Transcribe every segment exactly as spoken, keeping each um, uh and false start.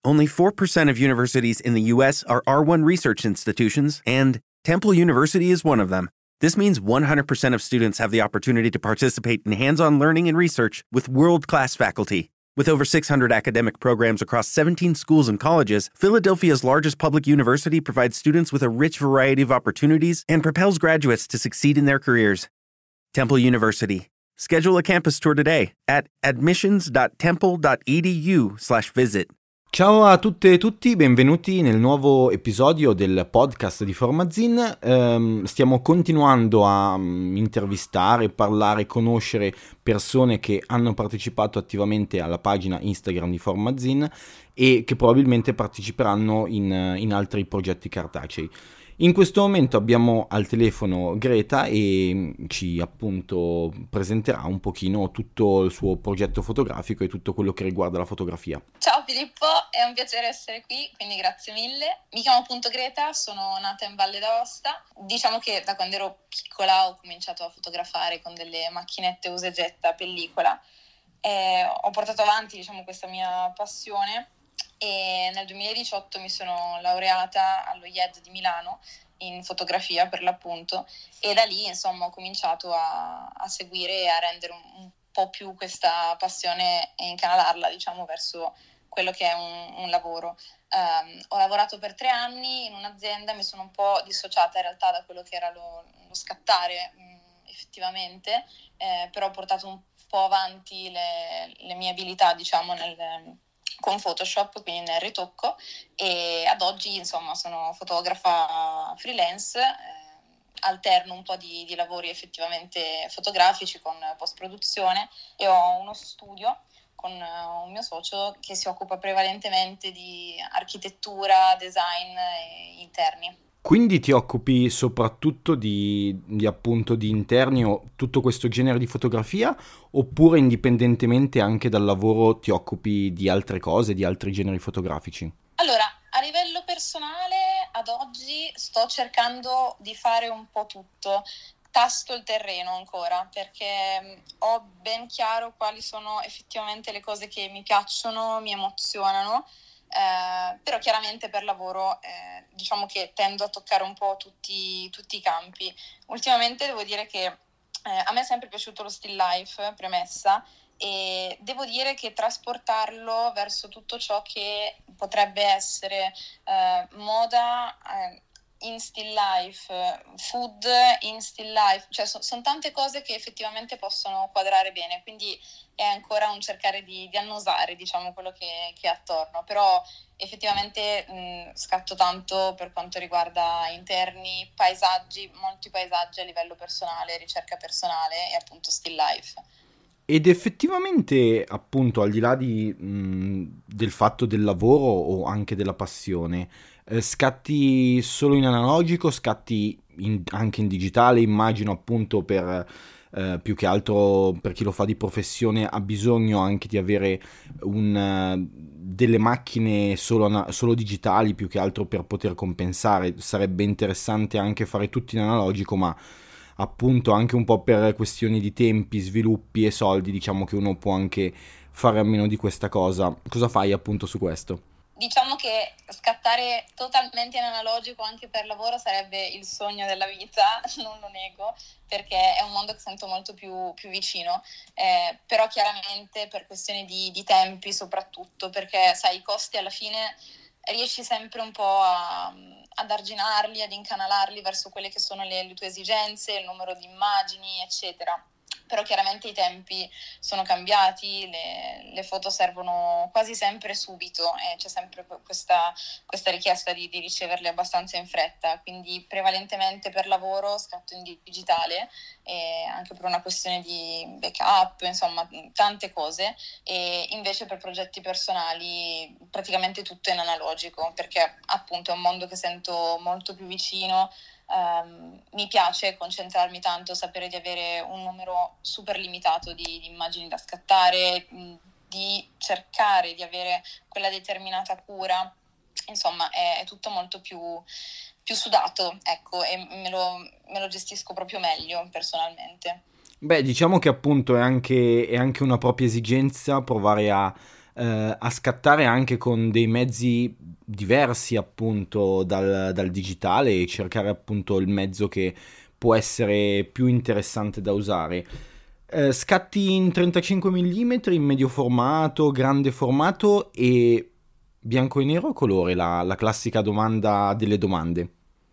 Only four percent of universities in the U S are R one research institutions, and Temple University is one of them. This means one hundred percent of students have the opportunity to participate in hands-on learning and research with world-class faculty. With over six hundred academic programs across seventeen schools and colleges, Philadelphia's largest public university provides students with a rich variety of opportunities and propels graduates to succeed in their careers. Temple University. Schedule a campus tour today at admissions.temple.edu slash visit. Ciao a tutte e tutti, benvenuti nel nuovo episodio del podcast di Formazin. Um, stiamo continuando a um, intervistare, parlare, conoscere persone che hanno partecipato attivamente alla pagina Instagram di Formazin e che probabilmente parteciperanno in, in altri progetti cartacei. In questo momento abbiamo al telefono Greta e ci appunto presenterà un pochino tutto il suo progetto fotografico e tutto quello che riguarda la fotografia. Ciao Filippo, è un piacere essere qui, quindi grazie mille. Mi chiamo appunto Greta, sono nata in Valle d'Aosta. Diciamo che da quando ero piccola ho cominciato a fotografare con delle macchinette usa e getta, pellicola. E ho portato avanti, diciamo, questa mia passione. E nel duemiladiciotto mi sono laureata allo I E D di Milano in fotografia, per l'appunto, e da lì insomma ho cominciato a, a seguire e a rendere un, un po' più questa passione e incanalarla, diciamo, verso quello che è un, un lavoro. Um, ho lavorato per tre anni in un'azienda, mi sono un po' dissociata in realtà da quello che era lo, lo scattare mh, effettivamente, eh, però ho portato un po' avanti le, le mie abilità, diciamo, nel con Photoshop, quindi nel ritocco, e ad oggi insomma sono fotografa freelance, eh, alterno un po' di, di lavori effettivamente fotografici con post-produzione e ho uno studio con un mio socio che si occupa prevalentemente di architettura, design e interni. Quindi ti occupi soprattutto di, di appunto di interni o tutto questo genere di fotografia, oppure indipendentemente anche dal lavoro ti occupi di altre cose, di altri generi fotografici? Allora, a livello personale ad oggi sto cercando di fare un po' tutto. Tasto il terreno ancora perché ho ben chiaro quali sono effettivamente le cose che mi piacciono, mi emozionano. Eh, però chiaramente per lavoro eh, diciamo che tendo a toccare un po' tutti, tutti i campi. Ultimamente devo dire che eh, a me è sempre piaciuto lo still life, premessa, e devo dire che trasportarlo verso tutto ciò che potrebbe essere eh, moda eh, in still life, food in still life, cioè so, sono tante cose che effettivamente possono quadrare bene, quindi è ancora un cercare di, di annusare, diciamo, quello che, che è attorno, però effettivamente mh, scatto tanto per quanto riguarda interni, paesaggi, molti paesaggi a livello personale, ricerca personale e appunto still life. Ed effettivamente, appunto, al di là di, mh, del fatto del lavoro o anche della passione, eh, scatti solo in analogico, scatti in, anche in digitale, immagino, appunto, per eh, più che altro per chi lo fa di professione ha bisogno anche di avere un, uh, delle macchine solo, solo digitali, più che altro per poter compensare. Sarebbe interessante anche fare tutto in analogico, ma appunto anche un po' per questioni di tempi, sviluppi e soldi, diciamo che uno può anche fare a meno di questa cosa. Cosa fai appunto su questo? Diciamo che scattare totalmente in analogico anche per lavoro sarebbe il sogno della vita, non lo nego, perché è un mondo che sento molto più, più vicino, eh, però chiaramente per questioni di, di tempi soprattutto, perché sai, i costi alla fine riesci sempre un po' a, ad arginarli, ad incanalarli verso quelle che sono le, le tue esigenze, il numero di immagini, eccetera. Però chiaramente i tempi sono cambiati, le, le foto servono quasi sempre subito e c'è sempre questa, questa richiesta di, di riceverle abbastanza in fretta, quindi prevalentemente per lavoro scatto in digitale e anche per una questione di backup, insomma tante cose, e invece per progetti personali praticamente tutto in analogico, perché appunto è un mondo che sento molto più vicino. Um, mi piace concentrarmi tanto, sapere di avere un numero super limitato di, di immagini da scattare, mh, di cercare di avere quella determinata cura, insomma è, è tutto molto più, più sudato, ecco, e me lo, me lo gestisco proprio meglio personalmente. Beh, diciamo che appunto è anche, è anche una propria esigenza provare a eh, a scattare anche con dei mezzi diversi appunto dal, dal digitale e cercare appunto il mezzo che può essere più interessante da usare. Eh, scatti in trentacinque millimetri, in medio formato, grande formato e bianco e nero o colore? La, la classica domanda delle domande.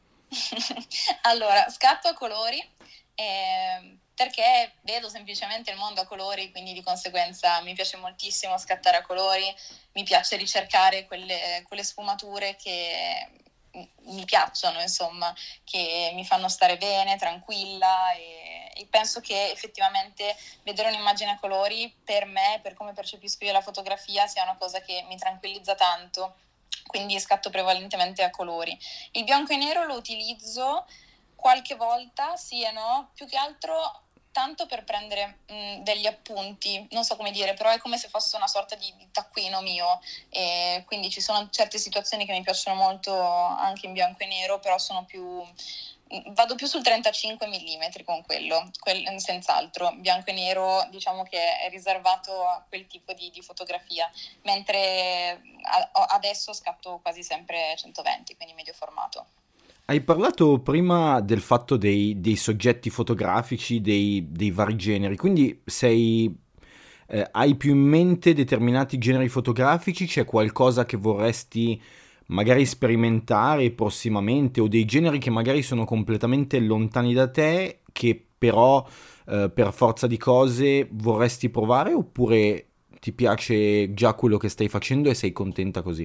Allora, scatto a colori eh, perché vedo semplicemente il mondo a colori, quindi di conseguenza mi piace moltissimo scattare a colori, mi piace ricercare quelle, quelle sfumature che mi piacciono, insomma, che mi fanno stare bene, tranquilla e, e penso che effettivamente vedere un'immagine a colori per me, per come percepisco io la fotografia, sia una cosa che mi tranquillizza tanto, quindi scatto prevalentemente a colori. Il bianco e nero lo utilizzo qualche volta, sì e no, più che altro tanto per prendere mh, degli appunti, non so come dire, però è come se fosse una sorta di, di taccuino mio, e quindi ci sono certe situazioni che mi piacciono molto anche in bianco e nero, però sono più, vado più sul trentacinque millimetri con quello, quel, senz'altro. Bianco e nero diciamo che è riservato a quel tipo di, di fotografia, mentre a, adesso scatto quasi sempre centoventi, quindi medio formato. Hai parlato prima del fatto dei, dei soggetti fotografici, dei, dei vari generi, quindi sei, eh, hai più in mente determinati generi fotografici? C'è qualcosa che vorresti magari sperimentare prossimamente o dei generi che magari sono completamente lontani da te che però eh, per forza di cose vorresti provare, oppure ti piace già quello che stai facendo e sei contenta così?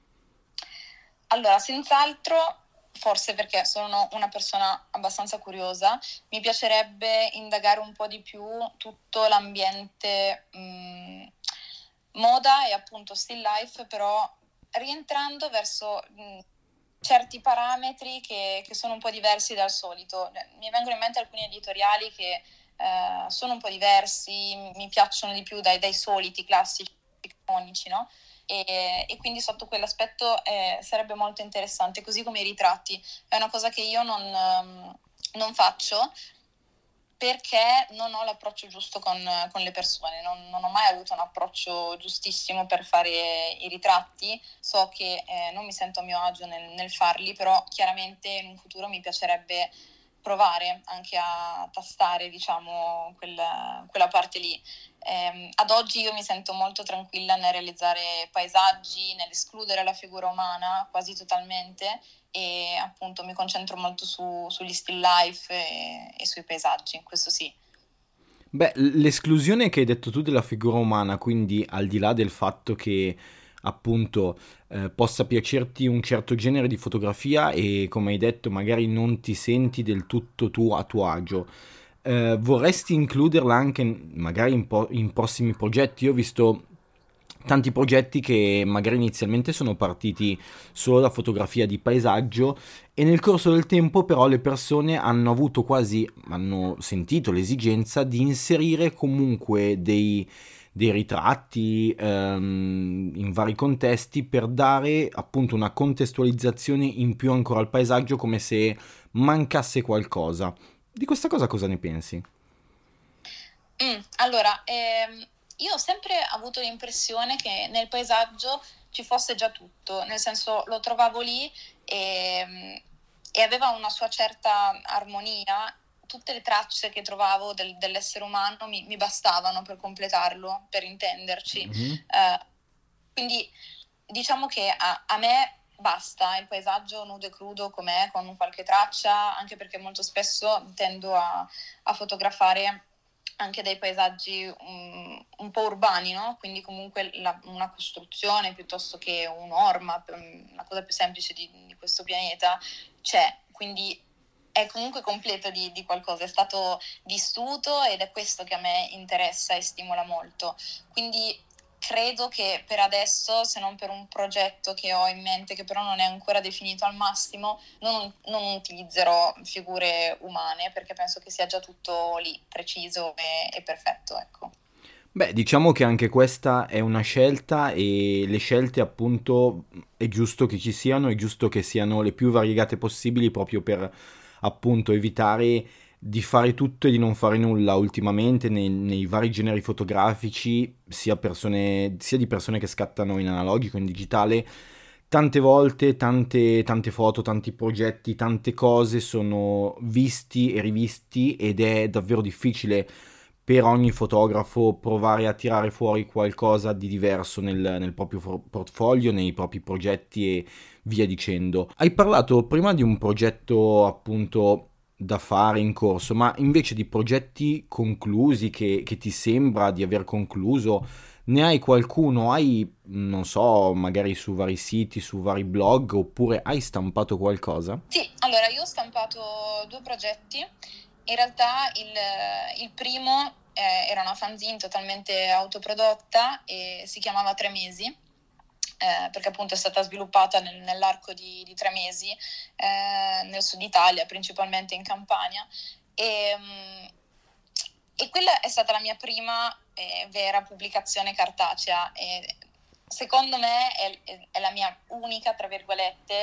Allora, senz'altro, forse perché sono una persona abbastanza curiosa, mi piacerebbe indagare un po' di più tutto l'ambiente mh, moda e appunto still life, però rientrando verso mh, certi parametri che, che sono un po' diversi dal solito. Mi vengono in mente alcuni editoriali che eh, sono un po' diversi, mi piacciono di più dai, dai soliti classici iconici, no? E, e quindi sotto quell'aspetto eh, sarebbe molto interessante, così come i ritratti. È una cosa che io non, um, non faccio perché non ho l'approccio giusto con, con le persone, non, non ho mai avuto un approccio giustissimo per fare i ritratti, so che eh, non mi sento a mio agio nel, nel farli, però chiaramente in un futuro mi piacerebbe provare anche a tastare, diciamo, quella, quella parte lì. Eh, ad oggi io mi sento molto tranquilla nel realizzare paesaggi, nell'escludere la figura umana quasi totalmente e appunto mi concentro molto su, sugli still life e, e sui paesaggi, questo sì. Beh, l'esclusione che hai detto tu della figura umana, quindi al di là del fatto che appunto eh, possa piacerti un certo genere di fotografia e come hai detto magari non ti senti del tutto tu a tuo agio, eh, vorresti includerla anche magari in, po- in prossimi progetti? Io ho visto tanti progetti che magari inizialmente sono partiti solo da fotografia di paesaggio e nel corso del tempo però le persone hanno avuto quasi, hanno sentito l'esigenza di inserire comunque dei, dei ritratti ehm, in vari contesti per dare appunto una contestualizzazione in più ancora al paesaggio, come se mancasse qualcosa. Di questa cosa cosa ne pensi? Mm, allora, ehm, io ho sempre avuto l'impressione che nel paesaggio ci fosse già tutto, nel senso lo trovavo lì e, e aveva una sua certa armonia, tutte le tracce che trovavo del- dell'essere umano mi, mi bastavano per completarlo, per intenderci. Mhm. Eh, quindi diciamo che a, a me basta il paesaggio nudo e crudo com'è, con qualche traccia, anche perché molto spesso tendo a, a fotografare anche dei paesaggi um, un po' urbani, no? Quindi comunque la- una costruzione piuttosto che un'orma, una cosa più semplice di, di questo pianeta c'è, quindi è comunque completo di, di qualcosa, è stato vissuto ed è questo che a me interessa e stimola molto. Quindi credo che per adesso, se non per un progetto che ho in mente, che però non è ancora definito al massimo, non, non utilizzerò figure umane perché penso che sia già tutto lì, preciso e, e perfetto, ecco. Beh, diciamo che anche questa è una scelta e le scelte appunto è giusto che ci siano, è giusto che siano le più variegate possibili proprio per appunto evitare di fare tutto e di non fare nulla ultimamente nei, nei vari generi fotografici, sia, persone, sia di persone che scattano in analogico, in digitale. Tante volte, tante, tante foto, tanti progetti, tante cose sono visti e rivisti ed è davvero difficile per ogni fotografo provare a tirare fuori qualcosa di diverso nel, nel proprio portfolio, nei propri progetti e via dicendo. Hai parlato prima di un progetto appunto da fare in corso, ma invece di progetti conclusi che, che ti sembra di aver concluso, ne hai qualcuno? Hai, non so, magari su vari siti, su vari blog, oppure hai stampato qualcosa? Sì, allora io ho stampato due progetti. In realtà il, il primo eh, era una fanzine totalmente autoprodotta e si chiamava Tre Mesi. Eh, perché appunto è stata sviluppata nel, nell'arco di, di tre mesi eh, nel sud Italia, principalmente in Campania, e, um, e quella è stata la mia prima eh, vera pubblicazione cartacea e secondo me è, è, è la mia unica, tra virgolette,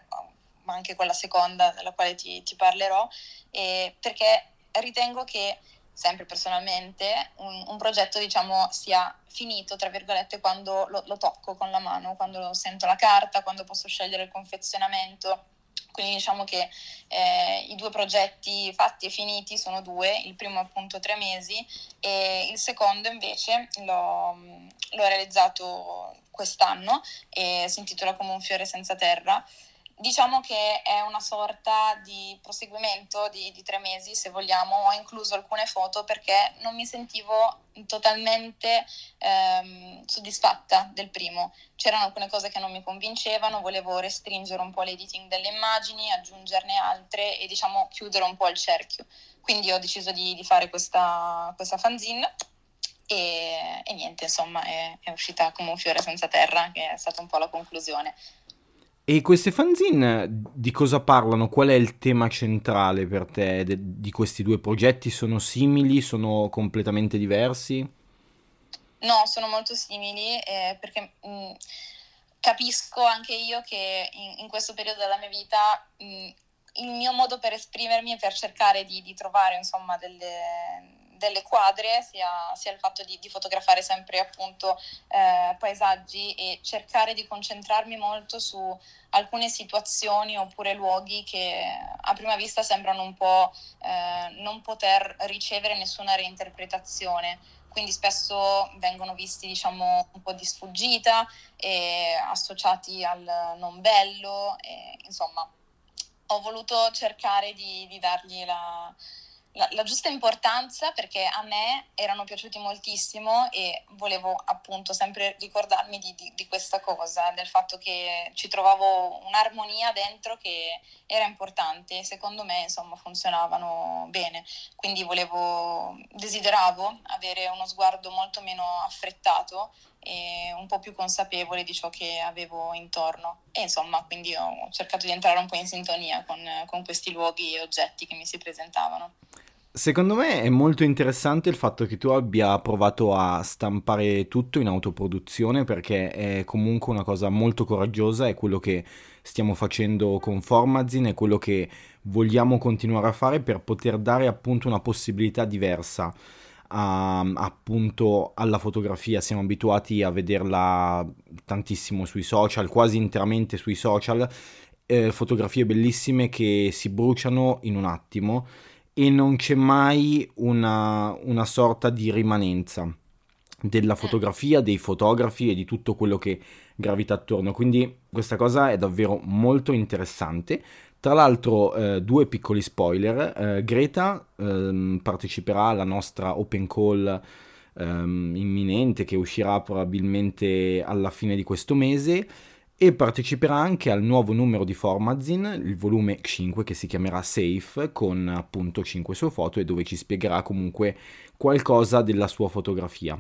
ma anche quella seconda della quale ti, ti parlerò, eh, perché ritengo che sempre personalmente, un, un progetto diciamo sia finito, tra virgolette, quando lo, lo tocco con la mano, quando sento la carta, quando posso scegliere il confezionamento. Quindi diciamo che eh, i due progetti fatti e finiti sono due, il primo appunto Tre Mesi e il secondo invece l'ho, l'ho realizzato quest'anno e si intitola Come un fiore senza terra. Diciamo che è una sorta di proseguimento di, di Tre Mesi, se vogliamo. Ho incluso alcune foto perché non mi sentivo totalmente ehm, soddisfatta del primo. C'erano alcune cose che non mi convincevano, volevo restringere un po' l'editing delle immagini, aggiungerne altre e diciamo chiudere un po' il cerchio. Quindi ho deciso di, di fare questa, questa fanzine e, e niente, insomma è, è uscita Come un fiore senza terra, che è stata un po' la conclusione. E queste fanzine di cosa parlano? Qual è il tema centrale per te de- di questi due progetti? Sono simili? Sono completamente diversi? No, sono molto simili eh, perché mh, capisco anche io che in, in questo periodo della mia vita mh, il mio modo per esprimermi e per cercare di, di trovare insomma delle... delle quadre, sia, sia il fatto di, di fotografare sempre appunto eh, paesaggi e cercare di concentrarmi molto su alcune situazioni oppure luoghi che a prima vista sembrano un po' eh, non poter ricevere nessuna reinterpretazione, quindi spesso vengono visti diciamo un po' di sfuggita e associati al non bello e, insomma ho voluto cercare di, di dargli la La, la giusta importanza perché a me erano piaciuti moltissimo e volevo appunto sempre ricordarmi di, di, di questa cosa, del fatto che ci trovavo un'armonia dentro che era importante e secondo me insomma funzionavano bene, quindi volevo, desideravo avere uno sguardo molto meno affrettato e un po' più consapevole di ciò che avevo intorno e insomma quindi ho cercato di entrare un po' in sintonia con, con questi luoghi e oggetti che mi si presentavano. Secondo me è molto interessante il fatto che tu abbia provato a stampare tutto in autoproduzione perché è comunque una cosa molto coraggiosa, è quello che stiamo facendo con Formazine, è quello che vogliamo continuare a fare per poter dare appunto una possibilità diversa a, appunto alla fotografia. Siamo abituati a vederla tantissimo sui social, quasi interamente sui social, eh, fotografie bellissime che si bruciano in un attimo e non c'è mai una, una sorta di rimanenza della fotografia, dei fotografi e di tutto quello che gravita attorno, quindi questa cosa è davvero molto interessante. Tra l'altro eh, due piccoli spoiler, eh, Greta eh, parteciperà alla nostra open call eh, imminente che uscirà probabilmente alla fine di questo mese e parteciperà anche al nuovo numero di Formazine, il volume cinque che si chiamerà Safe, con appunto cinque sue foto e dove ci spiegherà comunque qualcosa della sua fotografia.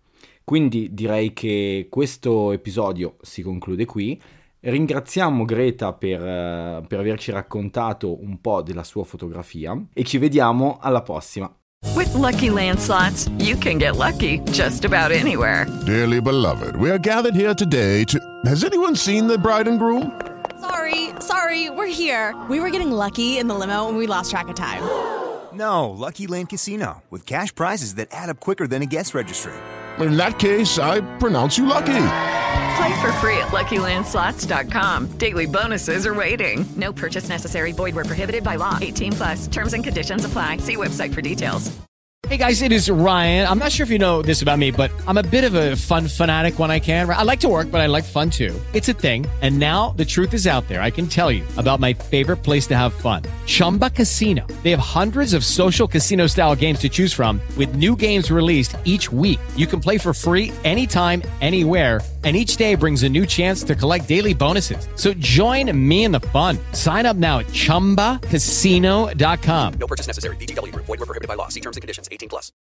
Quindi direi che questo episodio si conclude qui. Ringraziamo Greta per, per averci raccontato un po' della sua fotografia e ci vediamo alla prossima. With Lucky Land Slots, you can get lucky just about anywhere. Dearly beloved, we are gathered here today to... Has anyone seen the bride and groom? Sorry, sorry, we're here. We were getting lucky in the limo and we lost track of time. No, Lucky Land Casino, with cash prizes that add up quicker than a guest registry. In that case, I pronounce you lucky. Play for free at lucky land slots dot com. Daily bonuses are waiting. No purchase necessary. Void where prohibited by law. eighteen plus. Terms and conditions apply. See website for details. Hey guys, it is Ryan. I'm not sure if you know this about me, but I'm a bit of a fun fanatic when I can. I like to work, but I like fun too. It's a thing. And now the truth is out there. I can tell you about my favorite place to have fun. Chumba Casino. They have hundreds of social casino style games to choose from with new games released each week. You can play for free anytime, anywhere. And each day brings a new chance to collect daily bonuses. So join me in the fun. Sign up now at chumba casino dot com. No purchase necessary. V G W Group. Void where prohibited by law. See terms and conditions. eighteen plus.